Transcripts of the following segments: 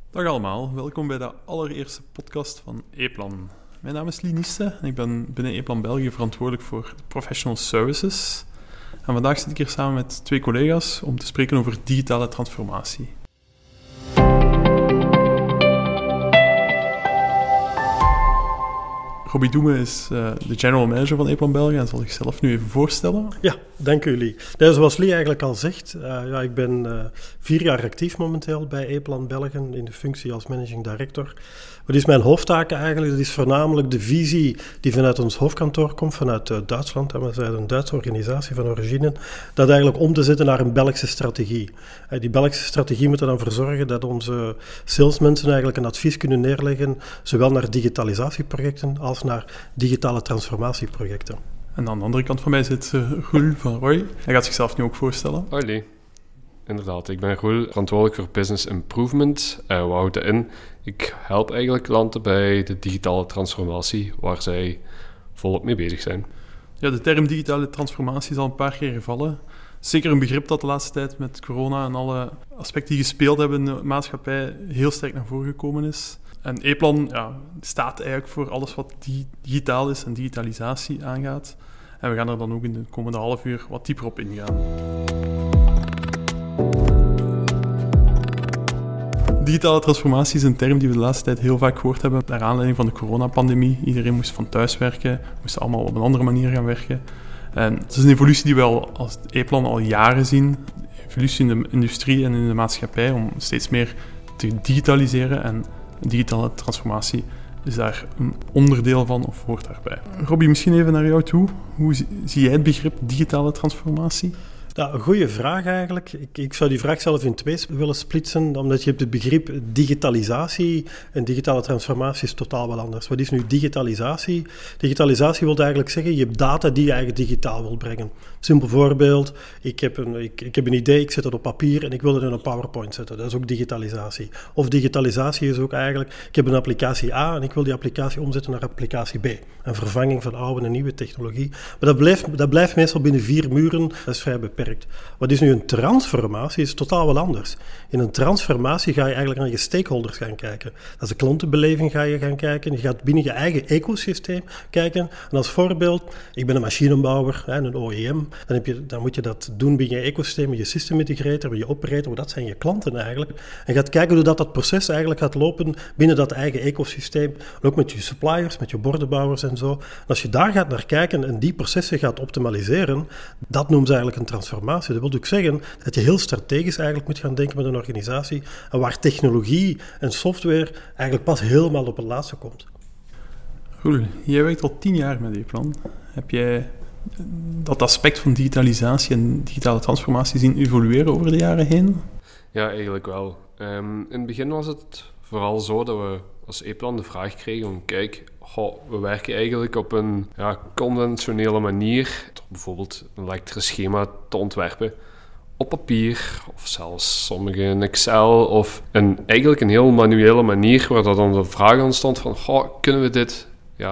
Dag allemaal, welkom bij de allereerste podcast van E-Plan. Mijn naam is Liniste en ik ben binnen E-Plan België verantwoordelijk voor Professional Services. En vandaag zit ik hier samen met twee collega's om te spreken over digitale transformatie. Robbie Doeme is de general manager van E-Plan België en zal zichzelf nu even voorstellen. Ja, dank jullie. Zoals Lee eigenlijk al zegt, ik ben 4 jaar actief momenteel bij E-Plan België in de functie als managing director. Wat is mijn hoofdtaken eigenlijk? Dat is voornamelijk de visie die vanuit ons hoofdkantoor komt, vanuit Duitsland. We zijn een Duitse organisatie van origine. Dat eigenlijk om te zetten naar een Belgische strategie. Die Belgische strategie moet er dan voor zorgen dat onze salesmensen eigenlijk een advies kunnen neerleggen, zowel naar digitalisatieprojecten als naar digitale transformatieprojecten. En aan de andere kant van mij zit Roel van Roy. Hij gaat zichzelf nu ook voorstellen. Hoi, inderdaad. Ik ben Roel, verantwoordelijk voor Business Improvement. Wat houdt dat in? Ik help eigenlijk klanten bij de digitale transformatie, waar zij volop mee bezig zijn. Ja, de term digitale transformatie is al een paar keer gevallen. Zeker een begrip dat de laatste tijd met corona en alle aspecten die gespeeld hebben in de maatschappij heel sterk naar voren gekomen is. En E-Plan staat eigenlijk voor alles wat digitaal is en digitalisatie aangaat. En we gaan er dan ook in de komende half uur wat dieper op ingaan. Digitale transformatie is een term die we de laatste tijd heel vaak gehoord hebben naar aanleiding van de coronapandemie. Iedereen moest van thuis werken, moesten allemaal op een andere manier gaan werken. En het is een evolutie die we als E-Plan al jaren zien. Een evolutie in de industrie en in de maatschappij om steeds meer te digitaliseren en digitale transformatie is daar een onderdeel van of hoort daarbij. Robbie, misschien even naar jou toe. Hoe zie jij het begrip digitale transformatie? Ja, een goede vraag eigenlijk. Ik zou die vraag zelf in 2 willen splitsen, omdat je hebt het begrip digitalisatie en digitale transformatie is totaal wel anders. Wat is nu digitalisatie? Digitalisatie wil eigenlijk zeggen, je hebt data die je eigenlijk digitaal wil brengen. Simpel voorbeeld, ik heb een idee, ik zet het op papier en ik wil het in een PowerPoint zetten. Dat is ook digitalisatie. Of digitalisatie is ook eigenlijk, ik heb een applicatie A en ik wil die applicatie omzetten naar applicatie B. Een vervanging van oude en nieuwe technologie. Maar dat blijft meestal binnen 4 muren, dat is vrij beperkt. Wat is nu een transformatie? Is totaal wel anders. In een transformatie ga je eigenlijk naar je stakeholders gaan kijken. Dat is de klantenbeleving ga je gaan kijken. Je gaat binnen je eigen ecosysteem kijken. En als voorbeeld, ik ben een machinebouwer, een OEM. Dan moet je dat doen binnen je ecosysteem, met je system integrator, met je operator. Dat zijn je klanten eigenlijk. En je gaat kijken hoe dat proces eigenlijk gaat lopen binnen dat eigen ecosysteem. En ook met je suppliers, met je bordenbouwers en zo. En als je daar gaat naar kijken en die processen gaat optimaliseren, dat noemen ze eigenlijk een transformatie. Dat wil ook zeggen dat je heel strategisch eigenlijk moet gaan denken met een organisatie en waar technologie en software eigenlijk pas helemaal op het laatste komt. Roel, jij werkt al 10 jaar met E-Plan. Heb jij dat aspect van digitalisatie en digitale transformatie zien evolueren over de jaren heen? Ja, eigenlijk wel. In het begin was het vooral zo dat we als E-Plan de vraag kregen om, kijk, we werken eigenlijk op een conventionele manier, door bijvoorbeeld een elektrisch schema te ontwerpen op papier, of zelfs sommige in Excel, of eigenlijk een heel manuele manier, waar dan de vraag ontstond van, kunnen we dit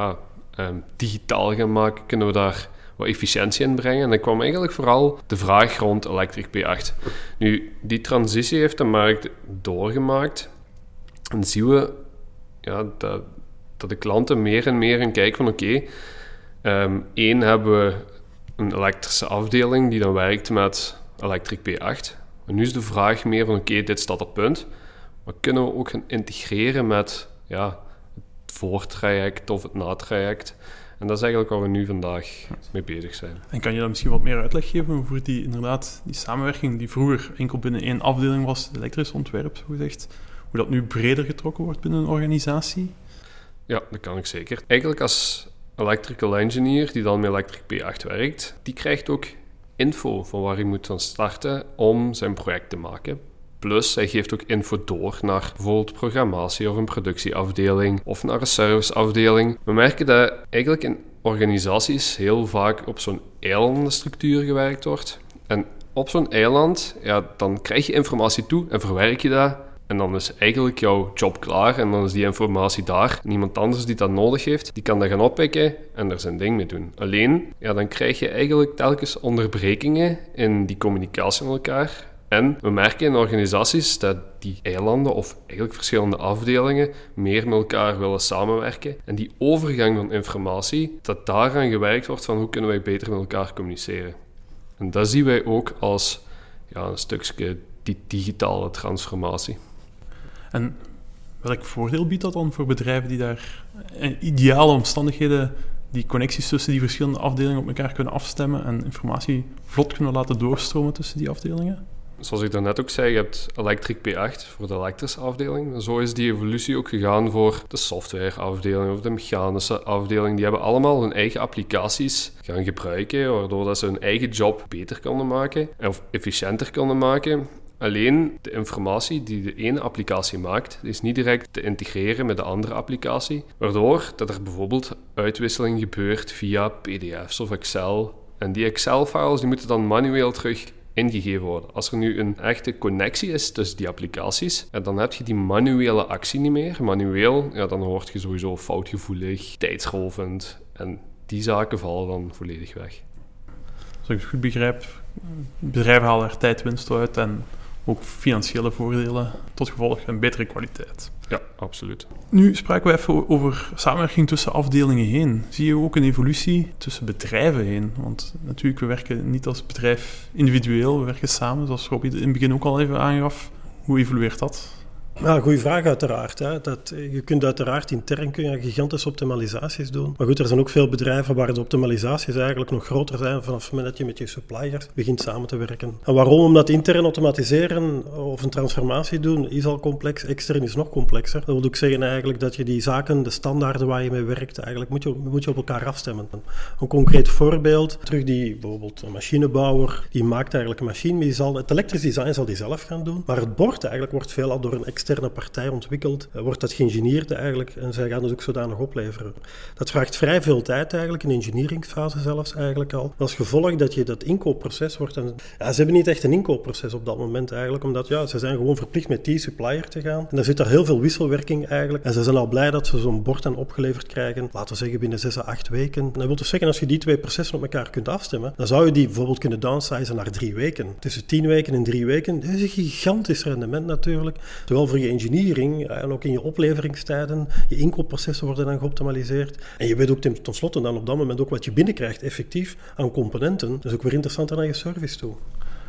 digitaal gaan maken, kunnen we daar wat efficiëntie in brengen? En dan kwam eigenlijk vooral de vraag rond Electric P8. Nu, die transitie heeft de markt doorgemaakt en zien we dat de klanten meer en meer gaan kijken van één hebben we een elektrische afdeling die dan werkt met Electric P8. En nu is de vraag meer van dit staat op punt, maar kunnen we ook gaan integreren met het voortraject of het natraject? En dat is eigenlijk waar we nu vandaag mee bezig zijn. En kan je dan misschien wat meer uitleg geven over die samenwerking die vroeger enkel binnen 1 afdeling was, het elektrisch ontwerp, zo gezegd, hoe dat nu breder getrokken wordt binnen een organisatie? Ja, dat kan ik zeker. Eigenlijk als electrical engineer die dan met Electric P8 werkt, die krijgt ook info van waar hij moet gaan starten om zijn project te maken. Plus, hij geeft ook info door naar bijvoorbeeld programmatie of een productieafdeling of naar een serviceafdeling. We merken dat eigenlijk in organisaties heel vaak op zo'n eilandenstructuur gewerkt wordt. En op zo'n eiland, dan krijg je informatie toe en verwerk je dat. En dan is eigenlijk jouw job klaar en dan is die informatie daar. En iemand anders die dat nodig heeft, die kan dat gaan oppikken en er zijn ding mee doen. Alleen, dan krijg je eigenlijk telkens onderbrekingen in die communicatie met elkaar. En we merken in organisaties dat die eilanden of eigenlijk verschillende afdelingen meer met elkaar willen samenwerken. En die overgang van informatie, dat daaraan gewerkt wordt van hoe kunnen wij beter met elkaar communiceren. En dat zien wij ook als een stukje die digitale transformatie. En welk voordeel biedt dat dan voor bedrijven die daar in ideale omstandigheden die connecties tussen die verschillende afdelingen op elkaar kunnen afstemmen en informatie vlot kunnen laten doorstromen tussen die afdelingen? Zoals ik daarnet ook zei, je hebt Electric P8 voor de elektrische afdeling. En zo is die evolutie ook gegaan voor de softwareafdeling of de mechanische afdeling. Die hebben allemaal hun eigen applicaties gaan gebruiken, waardoor dat ze hun eigen job beter konden maken of efficiënter konden maken. Alleen de informatie die de ene applicatie maakt, is niet direct te integreren met de andere applicatie, waardoor dat er bijvoorbeeld uitwisseling gebeurt via PDF's of Excel. En die Excel-files die moeten dan manueel terug ingegeven worden. Als er nu een echte connectie is tussen die applicaties, dan heb je die manuele actie niet meer. Manueel, dan word je sowieso foutgevoelig, tijdsrovend en die zaken vallen dan volledig weg. Als ik het goed begrijp, bedrijven halen er tijdwinst uit en ook financiële voordelen tot gevolg een betere kwaliteit. Ja, absoluut. Nu spraken we even over samenwerking tussen afdelingen heen. Zie je ook een evolutie tussen bedrijven heen? Want natuurlijk, we werken niet als bedrijf individueel, we werken samen, zoals Robbie in het begin ook al even aangaf. Hoe evolueert dat? Ja, goede vraag uiteraard. Hè. Je kunt uiteraard intern gigantische optimalisaties doen. Maar goed, er zijn ook veel bedrijven waar de optimalisaties eigenlijk nog groter zijn vanaf het moment dat je met je suppliers begint samen te werken. En waarom? Omdat intern automatiseren of een transformatie doen is al complex, extern is nog complexer. Dat wil ook zeggen eigenlijk dat je die zaken, de standaarden waar je mee werkt, eigenlijk moet je op elkaar afstemmen. Een concreet voorbeeld, bijvoorbeeld een machinebouwer, die maakt eigenlijk een machine, maar het elektrisch design zal die zelf gaan doen. Maar het bord eigenlijk wordt veelal door een externe partij ontwikkeld, wordt dat geïngineerd eigenlijk en zij gaan het ook zodanig opleveren. Dat vraagt vrij veel tijd eigenlijk, een engineeringsfase zelfs eigenlijk al. Als gevolg dat je dat inkoopproces wordt. En, ze hebben niet echt een inkoopproces op dat moment eigenlijk, omdat ze zijn gewoon verplicht met die supplier te gaan. En daar zit daar heel veel wisselwerking eigenlijk. En ze zijn al blij dat ze zo'n bord dan opgeleverd krijgen, laten we zeggen binnen 6 à 8 weken. En dat wil dus zeggen, als je die 2 processen op elkaar kunt afstemmen, dan zou je die bijvoorbeeld kunnen downsizen naar 3 weken. Tussen 10 weken en 3 weken, dat is een gigantisch rendement natuurlijk. Terwijl voor je engineering en ook in je opleveringstijden, je inkoopprocessen worden dan geoptimaliseerd. En je weet ook tenslotte dan op dat moment ook wat je binnenkrijgt effectief aan componenten. Dat is ook weer interessanter naar je service toe.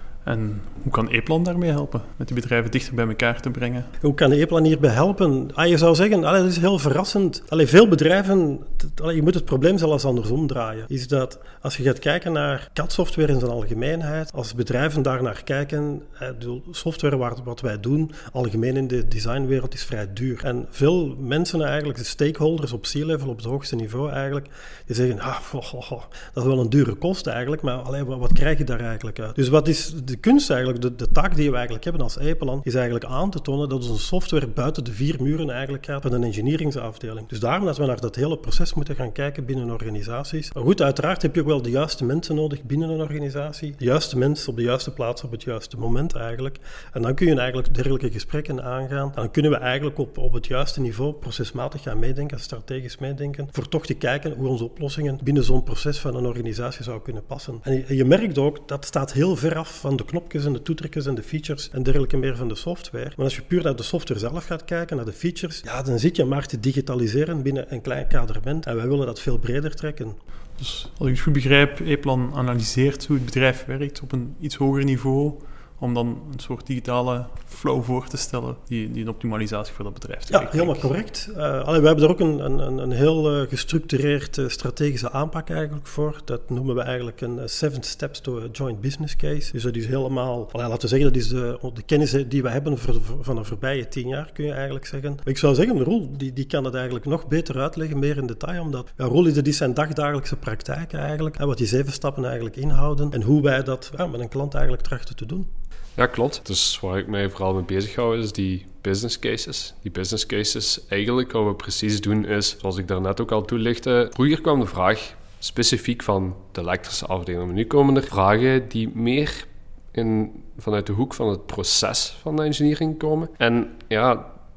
En hoe kan E-Plan daarmee helpen? Met die bedrijven dichter bij elkaar te brengen? Hoe kan E-Plan hierbij helpen? Je zou zeggen, dat is heel verrassend. Veel bedrijven, je moet het probleem zelfs andersom draaien. Is dat als je gaat kijken naar CAD-software in zijn algemeenheid, als bedrijven daarnaar kijken, de software wat wij doen, algemeen in de designwereld, is vrij duur. En veel mensen eigenlijk, de stakeholders op C-level, op het hoogste niveau eigenlijk, die zeggen, dat is wel een dure kost eigenlijk, maar wat krijg je daar eigenlijk uit? Dus wat is de kunst eigenlijk, de taak die we eigenlijk hebben als E-Plan, is eigenlijk aan te tonen dat onze software buiten de 4 muren eigenlijk gaat van een engineeringsafdeling. Dus daarom dat we naar dat hele proces moeten gaan kijken binnen organisaties. Maar goed, uiteraard heb je ook wel de juiste mensen nodig binnen een organisatie. De juiste mensen op de juiste plaats op het juiste moment eigenlijk. En dan kun je eigenlijk dergelijke gesprekken aangaan. En dan kunnen we eigenlijk op het juiste niveau procesmatig gaan meedenken, strategisch meedenken, voor toch te kijken hoe onze oplossingen binnen zo'n proces van een organisatie zou kunnen passen. En je merkt ook, dat staat heel ver af van de knopjes en de toetrekjes en de features en dergelijke meer van de software. Maar als je puur naar de software zelf gaat kijken, naar de features, dan zit je maar te digitaliseren binnen een klein kaderment. En wij willen dat veel breder trekken. Dus als ik het goed begrijp, E-Plan analyseert hoe het bedrijf werkt op een iets hoger niveau, om dan een soort digitale flow voor te stellen die een optimalisatie voor dat bedrijf te Ja, helemaal correct. We hebben daar ook een heel gestructureerd strategische aanpak eigenlijk voor. Dat noemen we eigenlijk een 7 steps to a joint business case. Dus dat is helemaal, laten we zeggen, dat is de kennis die we hebben van de voorbije 10 jaar, kun je eigenlijk zeggen. Maar ik zou zeggen, Roel, die kan het eigenlijk nog beter uitleggen, meer in detail, omdat Roel, dit is zijn dagdagelijkse praktijk eigenlijk, wat die 7 stappen eigenlijk inhouden en hoe wij dat met een klant eigenlijk trachten te doen. Ja, klopt. Dus waar ik mij vooral mee bezig hou is die business cases. Die business cases, eigenlijk wat we precies doen is, zoals ik daarnet ook al toelichtte, vroeger kwam de vraag specifiek van de elektrische afdeling. Maar nu komen er vragen die meer vanuit de hoek van het proces van de engineering komen. En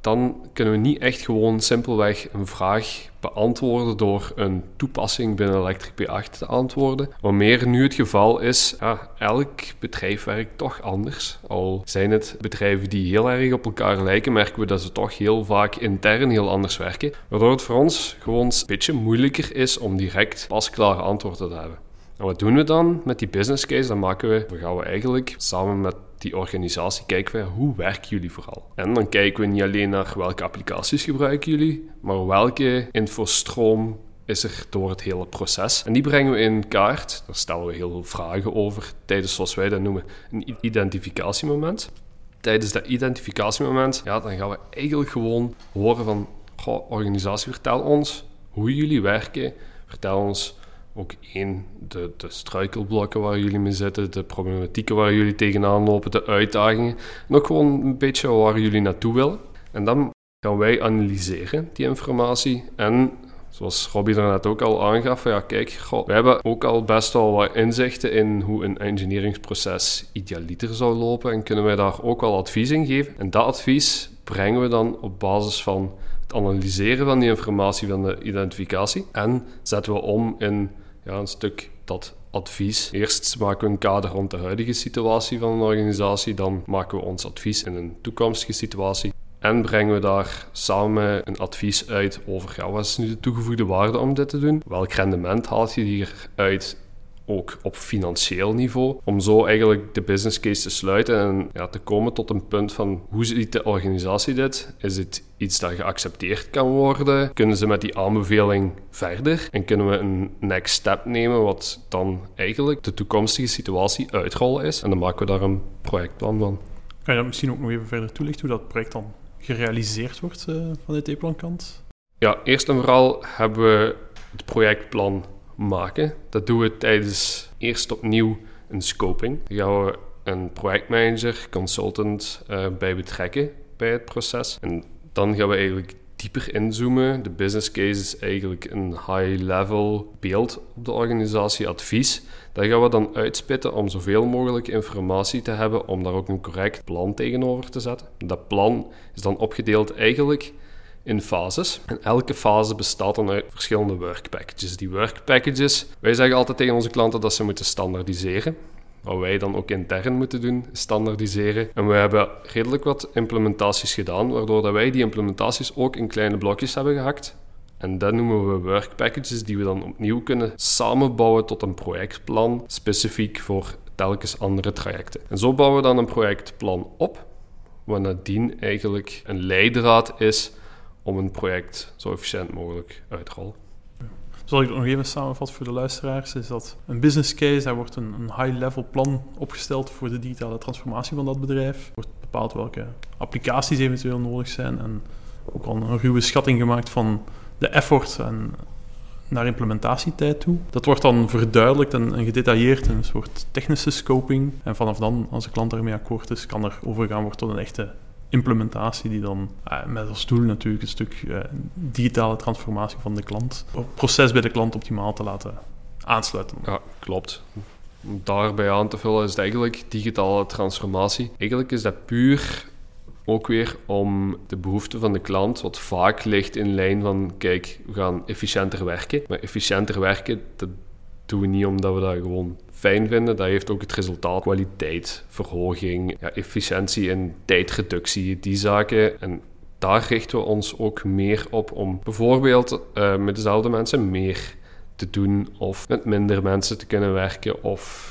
dan kunnen we niet echt gewoon simpelweg een vraag beantwoorden door een toepassing binnen Electric P8 te antwoorden. Wat meer nu het geval is, elk bedrijf werkt toch anders. Al zijn het bedrijven die heel erg op elkaar lijken, merken we dat ze toch heel vaak intern heel anders werken. Waardoor het voor ons gewoon een beetje moeilijker is om direct pasklare antwoorden te hebben. En wat doen we dan met die business case? Dan gaan we eigenlijk samen met die organisatie kijken we, hoe werken jullie vooral? En dan kijken we niet alleen naar welke applicaties gebruiken jullie, maar welke infostroom is er door het hele proces. En die brengen we in kaart. Daar stellen we heel veel vragen over tijdens, zoals wij dat noemen, een identificatiemoment. Tijdens dat identificatiemoment, dan gaan we eigenlijk gewoon horen van, organisatie, vertel ons hoe jullie werken. Vertel ons ook de struikelblokken waar jullie mee zitten, de problematieken waar jullie tegenaan lopen, de uitdagingen. En ook gewoon een beetje waar jullie naartoe willen. En dan gaan wij analyseren die informatie. En zoals Robbie daarnet ook al aangaf, we hebben ook al best wel wat inzichten in hoe een engineeringsproces idealiter zou lopen. En kunnen wij daar ook wel advies in geven. En dat advies brengen we dan op basis van het analyseren van die informatie van de identificatie. En zetten we om in een stuk dat advies. Eerst maken we een kader rond de huidige situatie van een organisatie. Dan maken we ons advies in een toekomstige situatie. En brengen we daar samen een advies uit over wat is nu de toegevoegde waarde om dit te doen? Welk rendement haalt je hieruit? Ook op financieel niveau, om zo eigenlijk de business case te sluiten en te komen tot een punt van hoe ziet de organisatie dit? Is het iets dat geaccepteerd kan worden? Kunnen ze met die aanbeveling verder? En kunnen we een next step nemen wat dan eigenlijk de toekomstige situatie uitrollen is? En dan maken we daar een projectplan van. Kan je dat misschien ook nog even verder toelichten, hoe dat project dan gerealiseerd wordt vanuit de E-plankant? Ja, eerst en vooral hebben we het projectplan maken. Dat doen we tijdens eerst opnieuw een scoping. Dan gaan we een projectmanager, consultant bij betrekken bij het proces. En dan gaan we eigenlijk dieper inzoomen. De business case is eigenlijk een high-level beeld op de organisatie, advies. Dat gaan we dan uitspitten om zoveel mogelijk informatie te hebben om daar ook een correct plan tegenover te zetten. Dat plan is dan opgedeeld eigenlijk in fases. En elke fase bestaat dan uit verschillende work packages. Die work packages, wij zeggen altijd tegen onze klanten dat ze moeten standaardiseren. Wat wij dan ook intern moeten doen, is standaardiseren. En we hebben redelijk wat implementaties gedaan, waardoor dat wij die implementaties ook in kleine blokjes hebben gehakt. En dat noemen we work packages, die we dan opnieuw kunnen samenbouwen tot een projectplan, specifiek voor telkens andere trajecten. En zo bouwen we dan een projectplan op, wat nadien eigenlijk een leidraad is om een project zo efficiënt mogelijk uit te rollen. Zal ik het nog even samenvatten voor de luisteraars, is dat een business case, daar wordt een high-level plan opgesteld voor de digitale transformatie van dat bedrijf. Er wordt bepaald welke applicaties eventueel nodig zijn en ook al een ruwe schatting gemaakt van de effort en naar implementatietijd toe. Dat wordt dan verduidelijkt en gedetailleerd in een soort technische scoping. En vanaf dan, als de klant ermee akkoord is, kan er overgaan worden tot een echte implementatie die dan met als doel natuurlijk een stuk digitale transformatie van de klant, het proces bij de klant optimaal te laten aansluiten. Ja, klopt. Om daarbij aan te vullen is het eigenlijk digitale transformatie. Eigenlijk is dat puur ook weer om de behoeften van de klant, wat vaak ligt in lijn van, kijk, we gaan efficiënter werken. Maar efficiënter werken, dat doen we niet omdat we dat gewoon fijn vinden. Dat heeft ook het resultaat kwaliteit, verhoging, efficiëntie en tijdreductie, die zaken. En daar richten we ons ook meer op om bijvoorbeeld met dezelfde mensen meer te doen of met minder mensen te kunnen werken of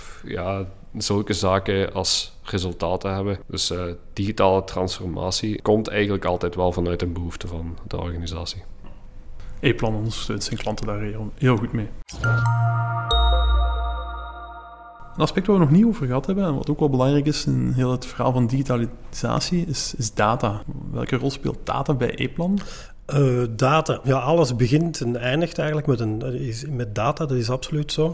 zulke zaken als resultaat te hebben. Dus digitale transformatie komt eigenlijk altijd wel vanuit een behoefte van de organisatie. E-plan ondersteunt zijn klanten daar heel goed mee. Een aspect waar we nog niet over gehad hebben, en wat ook wel belangrijk is in heel het verhaal van digitalisatie, is data. Welke rol speelt data bij E-plan? Data. Ja, alles begint en eindigt eigenlijk met data, dat is absoluut zo.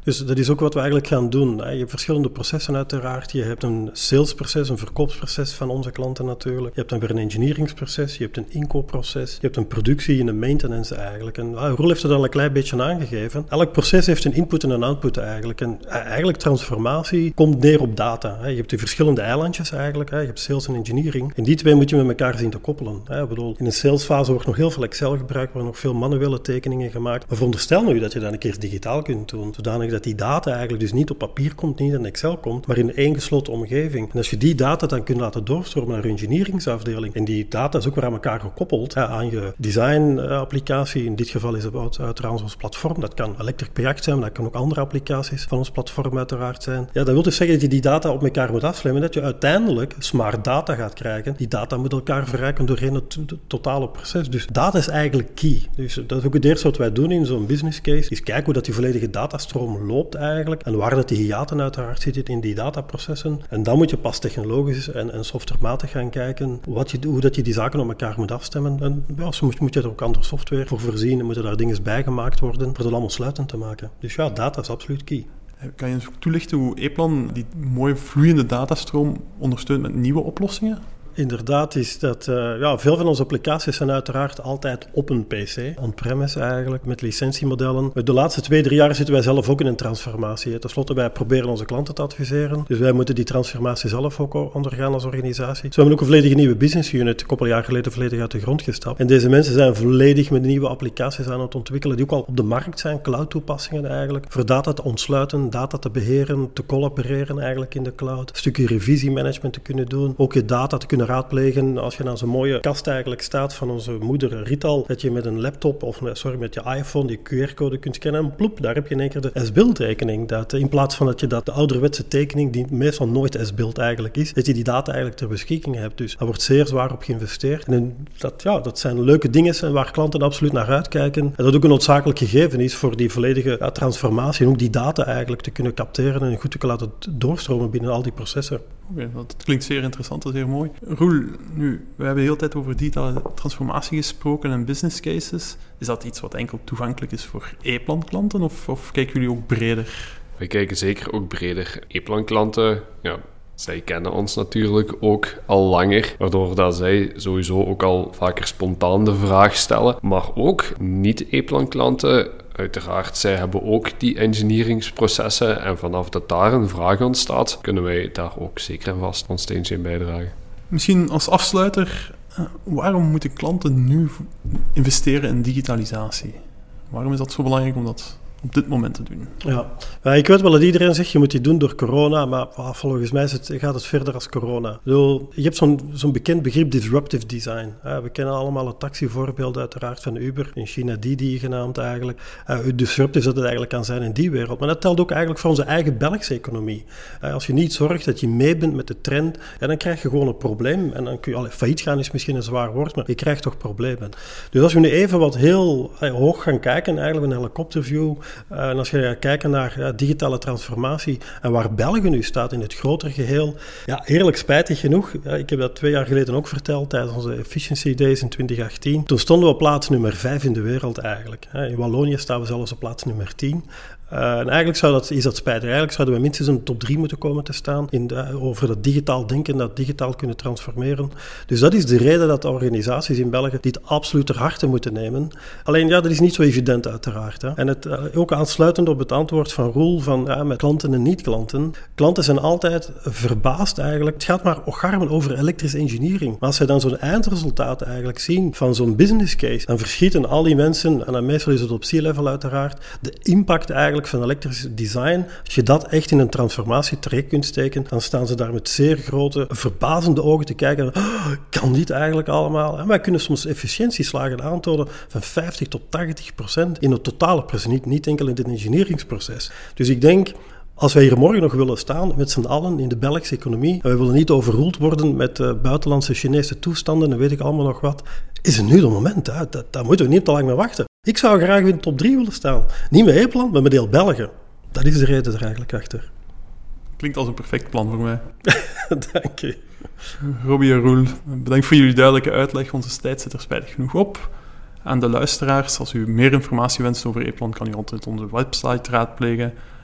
Dus dat is ook wat we eigenlijk gaan doen. Je hebt verschillende processen uiteraard. Je hebt een salesproces, een verkoopsproces van onze klanten natuurlijk. Je hebt dan weer een engineeringsproces, je hebt een inkoopproces, je hebt een productie en een maintenance eigenlijk. En Roel heeft het al een klein beetje aangegeven. Elk proces heeft een input en een output eigenlijk. En eigenlijk transformatie komt neer op data. Je hebt die verschillende eilandjes eigenlijk. Je hebt sales en engineering. En die twee moet je met elkaar zien te koppelen. Ik bedoel, in een salesfase wordt nog heel veel Excel gebruikt, worden nog veel manuele tekeningen gemaakt. Maar veronderstel nu dat je dat een keer digitaal kunt doen, zodanig dat die data eigenlijk dus niet op papier komt, niet in Excel komt, maar in één gesloten omgeving. En als je die data dan kunt laten doorstromen naar je engineeringsafdeling, en die data is ook weer aan elkaar gekoppeld, aan je design-applicatie, in dit geval is het uiteraard ons platform, dat kan Electric React zijn, maar dat kan ook andere applicaties van ons platform uiteraard zijn. Ja, dat wil dus zeggen dat je die data op elkaar moet afstemmen, dat je uiteindelijk smart data gaat krijgen. Die data moet elkaar verrijken doorheen het totale proces. Dus data is eigenlijk key. Dus dat is ook het eerste wat wij doen in zo'n business case, is kijken hoe dat die volledige datastroom loopt eigenlijk, en waar dat die hiaten uiteraard zitten in die dataprocessen. En dan moet je pas technologisch en softwarematig gaan kijken hoe dat je die zaken op elkaar moet afstemmen. En soms moet je er ook andere software voor voorzien en moeten daar dingen bij gemaakt worden voor dat allemaal sluitend te maken. Dus ja, data is absoluut key. Kan je eens ook toelichten hoe ePlan die mooie vloeiende datastroom ondersteunt met nieuwe oplossingen? Inderdaad is dat, veel van onze applicaties zijn uiteraard altijd op een PC, on-premise eigenlijk, met licentiemodellen. De laatste 2-3 jaar zitten wij zelf ook in een transformatie. Ten slotte, wij proberen onze klanten te adviseren, dus wij moeten die transformatie zelf ook ondergaan als organisatie. Dus we hebben ook een volledig nieuwe business unit, een couple jaar geleden volledig uit de grond gestapt. En deze mensen zijn volledig met nieuwe applicaties aan het ontwikkelen, die ook al op de markt zijn, cloud-toepassingen eigenlijk, voor data te ontsluiten, data te beheren, te collaboreren eigenlijk in de cloud, een stukje revisiemanagement te kunnen doen, ook je data te kunnen raadplegen. Als je naar zo'n mooie kast eigenlijk staat van onze moeder Rital, dat je met een laptop met je iPhone die QR-code kunt scannen en ploep, daar heb je in één keer de S-Build-tekening. Dat in plaats van dat je de ouderwetse tekening, die meestal nooit S-Build eigenlijk is, dat je die data eigenlijk ter beschikking hebt. Dus daar wordt zeer zwaar op geïnvesteerd. En dat zijn leuke dingen waar klanten absoluut naar uitkijken. En dat ook een noodzakelijk gegeven is voor die volledige transformatie en ook die data eigenlijk te kunnen capteren en goed te kunnen laten doorstromen binnen al die processen. Oké, dat klinkt zeer interessant en zeer mooi. Roel, we hebben de hele tijd over digitale transformatie gesproken en business cases. Is dat iets wat enkel toegankelijk is voor ePlan-klanten of kijken jullie ook breder? Wij kijken zeker ook breder. ePlan-klanten, zij kennen ons natuurlijk ook al langer, waardoor dat zij sowieso ook al vaker spontaan de vraag stellen. Maar ook niet-ePlan-klanten, uiteraard, zij hebben ook die engineeringsprocessen en vanaf dat daar een vraag ontstaat, kunnen wij daar ook zeker en vast ons steentje in bijdragen. Misschien als afsluiter, waarom moeten klanten nu investeren in digitalisatie? Waarom is dat zo belangrijk om dat op dit moment te doen? Ja, ik weet wel dat iedereen zegt je moet die doen door corona, maar volgens mij gaat het verder als corona. Je hebt zo'n bekend begrip disruptive design. We kennen allemaal het taxivoorbeeld uiteraard van Uber, in China Didi genaamd eigenlijk. Hoe disruptief dat het eigenlijk kan zijn in die wereld. Maar dat telt ook eigenlijk voor onze eigen Belgische economie. Als je niet zorgt dat je mee bent met de trend, dan krijg je gewoon een probleem. En dan kun je, failliet gaan is misschien een zwaar woord, maar je krijgt toch problemen. Dus als we nu even wat heel hoog gaan kijken, eigenlijk een helikopterview, en als je gaat kijken naar digitale transformatie en waar België nu staat in het grotere geheel, eerlijk spijtig genoeg, ik heb dat 2 jaar geleden ook verteld tijdens onze Efficiency Days in 2018. Toen stonden we op plaats nummer 5 in de wereld eigenlijk. In Wallonië staan we zelfs op plaats nummer 10. En eigenlijk is dat spijtig. Eigenlijk zouden we minstens in de top 3 moeten komen te staan over dat digitaal denken, dat digitaal kunnen transformeren. Dus dat is de reden dat de organisaties in België dit absoluut ter harte moeten nemen. Alleen dat is niet zo evident uiteraard. En het ook aansluitend op het antwoord van Roel van met klanten en niet-klanten. Klanten zijn altijd verbaasd eigenlijk. Het gaat maar ocharmen over elektrische engineering. Maar als zij dan zo'n eindresultaat eigenlijk zien van zo'n business case, dan verschieten al die mensen, en dan meestal is het op C-level uiteraard, de impact eigenlijk van elektrisch design. Als je dat echt in een transformatie terecht kunt steken, dan staan ze daar met zeer grote, verbazende ogen te kijken. Kan dit eigenlijk allemaal? En wij kunnen soms efficiëntieslagen aantonen van 50 tot 80% in het totale proces, niet enkel in het engineeringsproces. Dus ik denk, als wij hier morgen nog willen staan met z'n allen in de Belgische economie, en we willen niet overroeld worden met buitenlandse Chinese toestanden en weet ik allemaal nog wat, is het nu het moment. Daar moeten we niet te lang mee wachten. Ik zou graag in de top 3 willen staan. Niet met ePlan, maar met heel België. Dat is de reden er eigenlijk achter. Klinkt als een perfect plan voor mij. Dank je. Robbie en Roel, bedankt voor jullie duidelijke uitleg. Onze tijd zit er spijtig genoeg op. Aan de luisteraars, als u meer informatie wenst over ePlan, kan u altijd onze website raadplegen.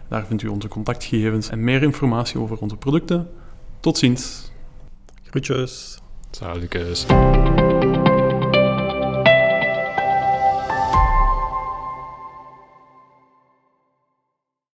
Daar vindt u onze contactgegevens en meer informatie over onze producten. Tot ziens. Groetjes. Zaligjes.